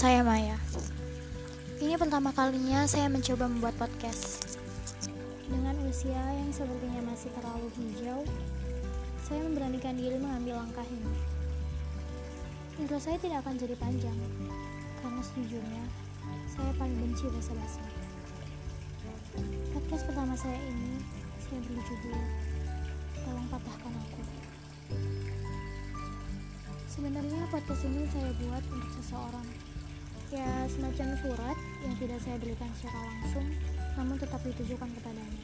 saya Maya. Ini pertama kalinya saya mencoba membuat podcast. Dengan usia yang sepertinya masih terlalu hijau, saya memberanikan diri mengambil langkah ini. Intro saya tidak akan jadi panjang, karena sejujurnya saya paling benci basa-basi. Podcast pertama saya ini, saya beri judul Tolong Patahkan Aku. Sebenarnya podcast ini saya buat untuk seseorang, ya semacam surat yang tidak saya berikan secara langsung, namun tetap ditujukan kepadanya.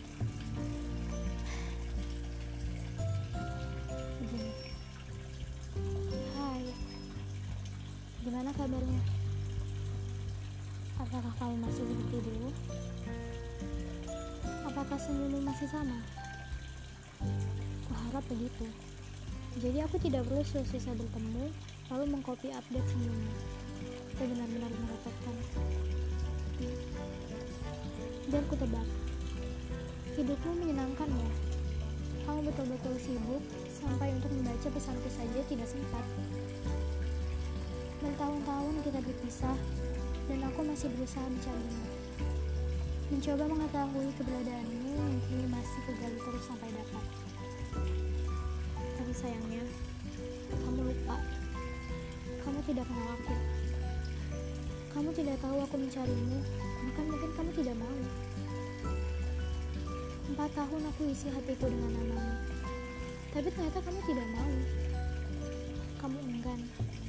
Begini. Hai, gimana kabarnya? Apakah kamu masih seperti dulu? Apakah senyummu masih sama? Kuharap begitu. Jadi aku tidak perlu susah bertemu lalu mengcopy update senyummu. Itu benar-benar merepotkan. Dan ku tebak, hidupmu menyenangkan ya? Kamu betul-betul sibuk sampai untuk membaca pesanku saja tidak sempat. Bertahun-tahun kita berpisah dan aku masih berusaha mencarimu. Mencoba mengetahui keberadaanmu yang kini masih kugali terus sampai dapat. Tapi sayangnya, kamu lupa. Kamu tidak kenal aku. Kamu tidak tahu aku mencarimu, bahkan mungkin kamu tidak mau. 4 tahun aku isi hatiku dengan namamu, tapi ternyata kamu tidak mau. Kamu enggan.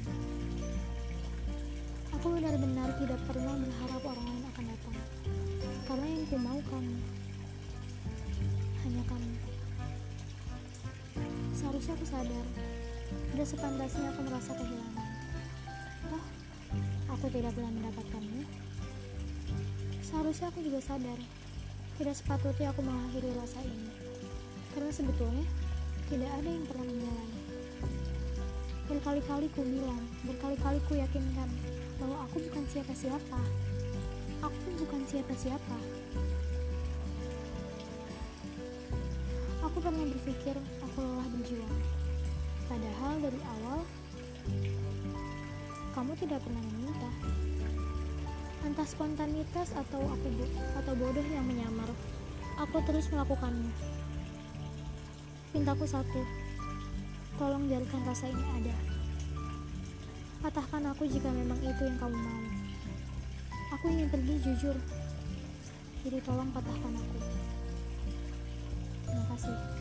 Aku benar-benar tidak pernah berharap orang lain akan datang, karena yang ku mau kamu. Hanya kamu. Seharusnya aku sadar, sudah sepantasnya aku merasa kehilangan. Toh, aku tidak pernah mendapatkanmu. Seharusnya aku juga sadar, tidak sepatutnya aku mengakhiri rasa ini. Karena sebetulnya, tidak ada yang pernah memulai. Berkali-kali ku bilang, berkali-kali ku yakinkan, bahwa aku bukan siapa-siapa. Aku bukan siapa-siapa. Aku pernah berpikir aku lelah berjuang. Padahal dari awal, kamu tidak pernah meminta. Entah spontanitas atau bodoh yang menyamar, aku terus melakukannya. Pintaku satu, tolong biarkan rasa ini ada. Patahkan aku jika memang itu yang kamu mau. Aku ingin pergi jujur, jadi tolong patahkan aku. Terima kasih.